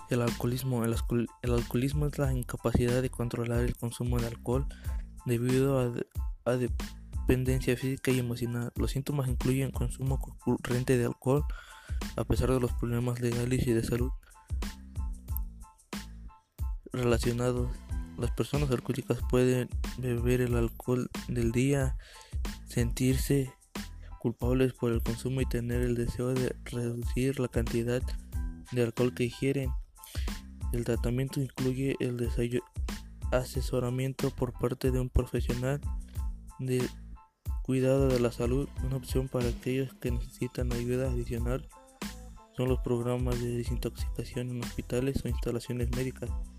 El alcoholismo. El alcoholismo es la incapacidad de controlar el consumo de alcohol debido a dependencia física y emocional. Los síntomas incluyen consumo concurrente de alcohol a pesar de los problemas legales y de salud relacionados. Las personas alcohólicas pueden beber el alcohol del día, sentirse culpables por el consumo y tener el deseo de reducir la cantidad de alcohol que ingieren. El tratamiento incluye el asesoramiento por parte de un profesional de cuidado de la salud. Una opción para aquellos que necesitan ayuda adicional son los programas de desintoxicación en hospitales o instalaciones médicas.